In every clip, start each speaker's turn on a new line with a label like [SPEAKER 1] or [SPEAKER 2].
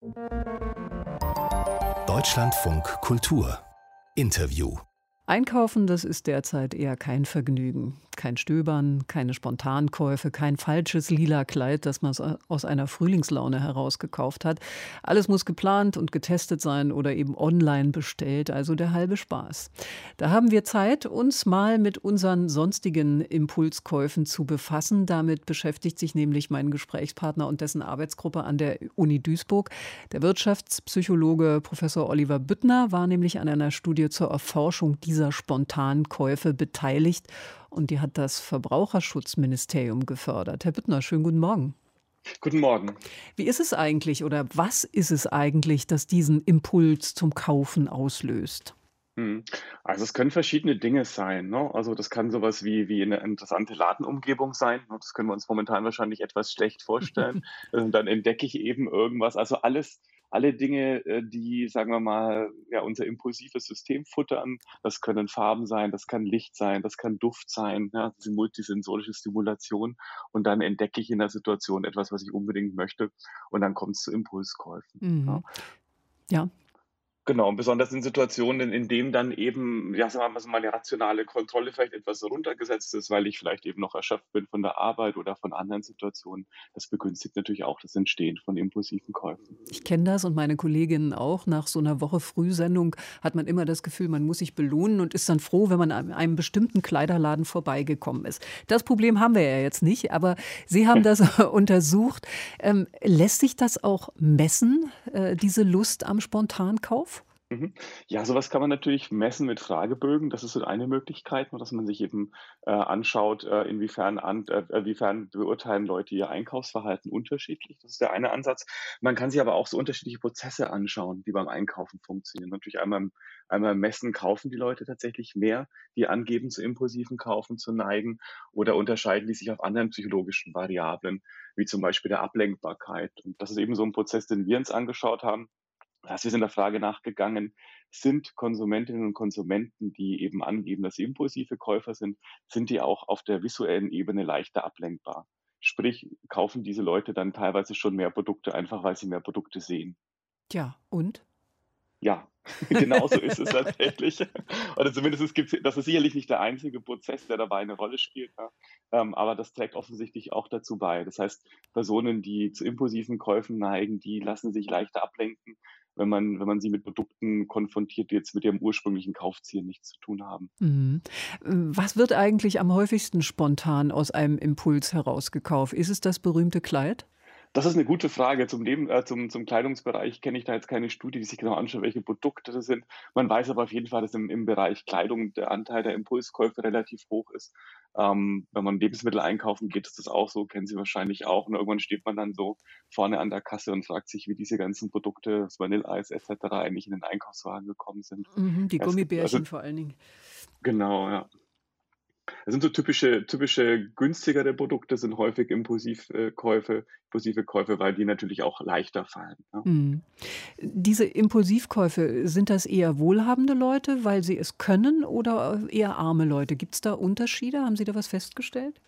[SPEAKER 1] Deutschlandfunk Kultur Interview.
[SPEAKER 2] Einkaufen, das ist derzeit eher kein Vergnügen. Kein Stöbern, keine Spontankäufe, kein falsches lila Kleid, das man aus einer Frühlingslaune heraus gekauft hat. Alles muss geplant und getestet sein oder eben online bestellt, also der halbe Spaß. Da haben wir Zeit, uns mal mit unseren sonstigen Impulskäufen zu befassen. Damit beschäftigt sich nämlich mein Gesprächspartner und dessen Arbeitsgruppe an der Uni Duisburg. Der Wirtschaftspsychologe Professor Oliver Büttner war nämlich an einer Studie zur Erforschung dieser Spontankäufe beteiligt. Und die hat das Verbraucherschutzministerium gefördert. Herr Büttner, schönen guten Morgen.
[SPEAKER 3] Guten Morgen.
[SPEAKER 2] Wie ist es eigentlich oder was ist es eigentlich, das diesen Impuls zum Kaufen auslöst?
[SPEAKER 3] Also es können verschiedene Dinge sein, ne? Also das kann sowas wie eine interessante Ladenumgebung sein, ne? Das können wir uns momentan wahrscheinlich etwas schlecht vorstellen. Und dann entdecke ich eben irgendwas. Also alle Dinge, die, sagen wir mal, ja, unser impulsives System futtern. Das können Farben sein, das kann Licht sein, das kann Duft sein, ja, diese multisensorische Stimulation. Und dann entdecke ich in der Situation etwas, was ich unbedingt möchte. Und dann kommt es zu Impulskäufen, ja.
[SPEAKER 2] Mhm. Ja.
[SPEAKER 3] Genau, und besonders in Situationen, in denen dann eben, ja, sagen wir mal, so meine rationale Kontrolle vielleicht etwas runtergesetzt ist, weil ich vielleicht eben noch erschöpft bin von der Arbeit oder von anderen Situationen. Das begünstigt natürlich auch das Entstehen von impulsiven Käufen.
[SPEAKER 2] Ich kenne das und meine Kolleginnen auch. Nach so einer Woche Frühsendung hat man immer das Gefühl, man muss sich belohnen und ist dann froh, wenn man an einem bestimmten Kleiderladen vorbeigekommen ist. Das Problem haben wir ja jetzt nicht, aber Sie haben das untersucht. Lässt sich das auch messen, diese Lust am Spontankauf?
[SPEAKER 3] Mhm. Ja, sowas kann man natürlich messen mit Fragebögen. Das ist so eine Möglichkeit, nur dass man sich eben, anschaut, inwiefern beurteilen Leute ihr Einkaufsverhalten unterschiedlich. Das ist der eine Ansatz. Man kann sich aber auch so unterschiedliche Prozesse anschauen, die beim Einkaufen funktionieren. Natürlich einmal messen, kaufen die Leute tatsächlich mehr, die angeben, zu impulsiven Kaufen zu neigen, oder unterscheiden die sich auf anderen psychologischen Variablen, wie zum Beispiel der Ablenkbarkeit. Und das ist eben so ein Prozess, den wir uns angeschaut haben. Wir sind der Frage nachgegangen, sind Konsumentinnen und Konsumenten, die eben angeben, dass sie impulsive Käufer sind die auch auf der visuellen Ebene leichter ablenkbar? Sprich, kaufen diese Leute dann teilweise schon mehr Produkte, einfach weil sie mehr Produkte sehen?
[SPEAKER 2] Ja, und?
[SPEAKER 3] Ja, genau so ist es tatsächlich. Oder zumindest gibt's, das ist sicherlich nicht der einzige Prozess, der dabei eine Rolle spielt, ja. Aber das trägt offensichtlich auch dazu bei. Das heißt, Personen, die zu impulsiven Käufen neigen, die lassen sich leichter ablenken, wenn man sie mit Produkten konfrontiert, die jetzt mit ihrem ursprünglichen Kaufziel nichts zu tun haben.
[SPEAKER 2] Mhm. Was wird eigentlich am häufigsten spontan aus einem Impuls herausgekauft? Ist es das berühmte Kleid?
[SPEAKER 3] Das ist eine gute Frage. Zum Kleidungsbereich kenne ich da jetzt keine Studie, die sich genau anschaut, welche Produkte das sind. Man weiß aber auf jeden Fall, dass im Bereich Kleidung der Anteil der Impulskäufe relativ hoch ist. Wenn man Lebensmittel einkaufen geht, ist das auch so, kennen Sie wahrscheinlich auch. Und irgendwann steht man dann so vorne an der Kasse und fragt sich, wie diese ganzen Produkte, das Vanilleeis et cetera, eigentlich in den Einkaufswagen gekommen sind.
[SPEAKER 2] Mhm, die
[SPEAKER 3] Ja, es gibt also
[SPEAKER 2] Gummibärchen vor allen Dingen.
[SPEAKER 3] genau, ja. Das sind so typische günstigere Produkte, sind häufig impulsive Käufe, weil die natürlich auch leichter fallen, ja.
[SPEAKER 2] Mhm. Diese Impulsivkäufe, sind das eher wohlhabende Leute, weil sie es können oder eher arme Leute? Gibt es da Unterschiede? Haben Sie da was festgestellt?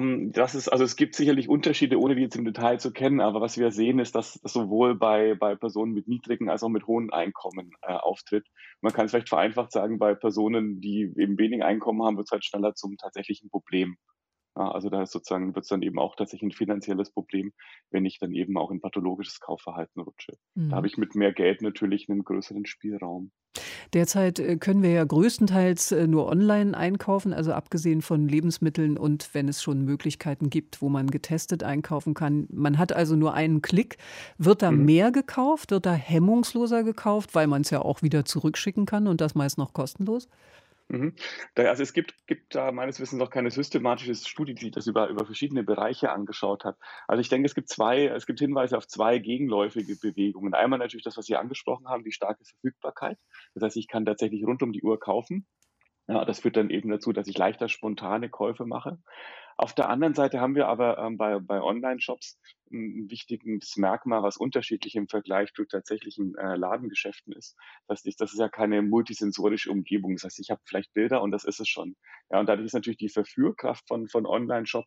[SPEAKER 3] Es gibt sicherlich Unterschiede, ohne die jetzt im Detail zu kennen, aber was wir sehen, ist, dass das sowohl bei Personen mit niedrigen als auch mit hohen Einkommen, auftritt. Man kann es vielleicht vereinfacht sagen, bei Personen, die eben wenig Einkommen haben, wird es halt schneller zum tatsächlichen Problem. Ja, also da ist sozusagen wird's dann eben auch tatsächlich ein finanzielles Problem, wenn ich dann eben auch in pathologisches Kaufverhalten rutsche. Da habe
[SPEAKER 2] Mhm.
[SPEAKER 3] ich mit mehr Geld natürlich einen größeren Spielraum.
[SPEAKER 2] Derzeit, können wir ja größtenteils, nur online einkaufen, also abgesehen von Lebensmitteln und wenn es schon Möglichkeiten gibt, wo man getestet einkaufen kann. Man hat also nur einen Klick. Wird da
[SPEAKER 3] Mhm.
[SPEAKER 2] mehr gekauft? Wird da hemmungsloser gekauft, weil man es ja auch wieder zurückschicken kann und das meist noch kostenlos?
[SPEAKER 3] Mhm. Es gibt da meines Wissens noch keine systematische Studie, die sich das über verschiedene Bereiche angeschaut hat. Also, ich denke, es gibt Hinweise auf 2 gegenläufige Bewegungen. Einmal natürlich das, was Sie angesprochen haben, die starke Verfügbarkeit. Das heißt, ich kann tatsächlich rund um die Uhr kaufen. Ja, das führt dann eben dazu, dass ich leichter spontane Käufe mache. Auf der anderen Seite haben wir aber, bei Onlineshops 'n wichtiges Merkmal, was unterschiedlich im Vergleich zu tatsächlichen, Ladengeschäften ist. Das ist ja keine multisensorische Umgebung. Das heißt, ich habe vielleicht Bilder und das ist es schon. Ja, und dadurch ist natürlich die Verführkraft von Onlineshops,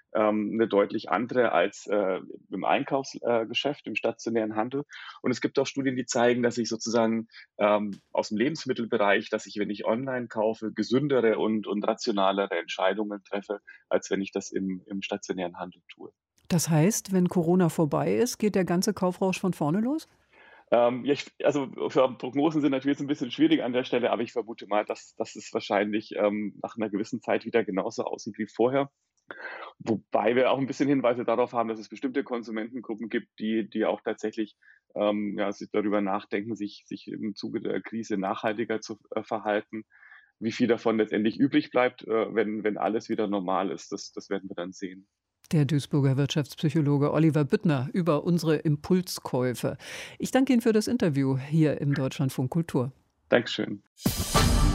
[SPEAKER 3] eine deutlich andere als im Einkaufsgeschäft, im stationären Handel. Und es gibt auch Studien, die zeigen, dass ich sozusagen aus dem Lebensmittelbereich, dass ich, wenn ich online kaufe, gesündere und rationalere Entscheidungen treffe, als wenn ich das im stationären Handel tue.
[SPEAKER 2] Das heißt, wenn Corona vorbei ist, geht der ganze Kaufrausch von vorne los?
[SPEAKER 3] Ja, also für Prognosen sind natürlich jetzt ein bisschen schwierig an der Stelle, aber ich vermute mal, dass es wahrscheinlich nach einer gewissen Zeit wieder genauso aussieht wie vorher. Wobei wir auch ein bisschen Hinweise darauf haben, dass es bestimmte Konsumentengruppen gibt, die auch tatsächlich ja, sich darüber nachdenken, sich im Zuge der Krise nachhaltiger zu verhalten. Wie viel davon letztendlich übrig bleibt, wenn alles wieder normal ist, das werden wir dann sehen.
[SPEAKER 2] Der Duisburger Wirtschaftspsychologe Oliver Büttner über unsere Impulskäufe. Ich danke Ihnen für das Interview hier im Deutschlandfunk Kultur.
[SPEAKER 3] Dankeschön.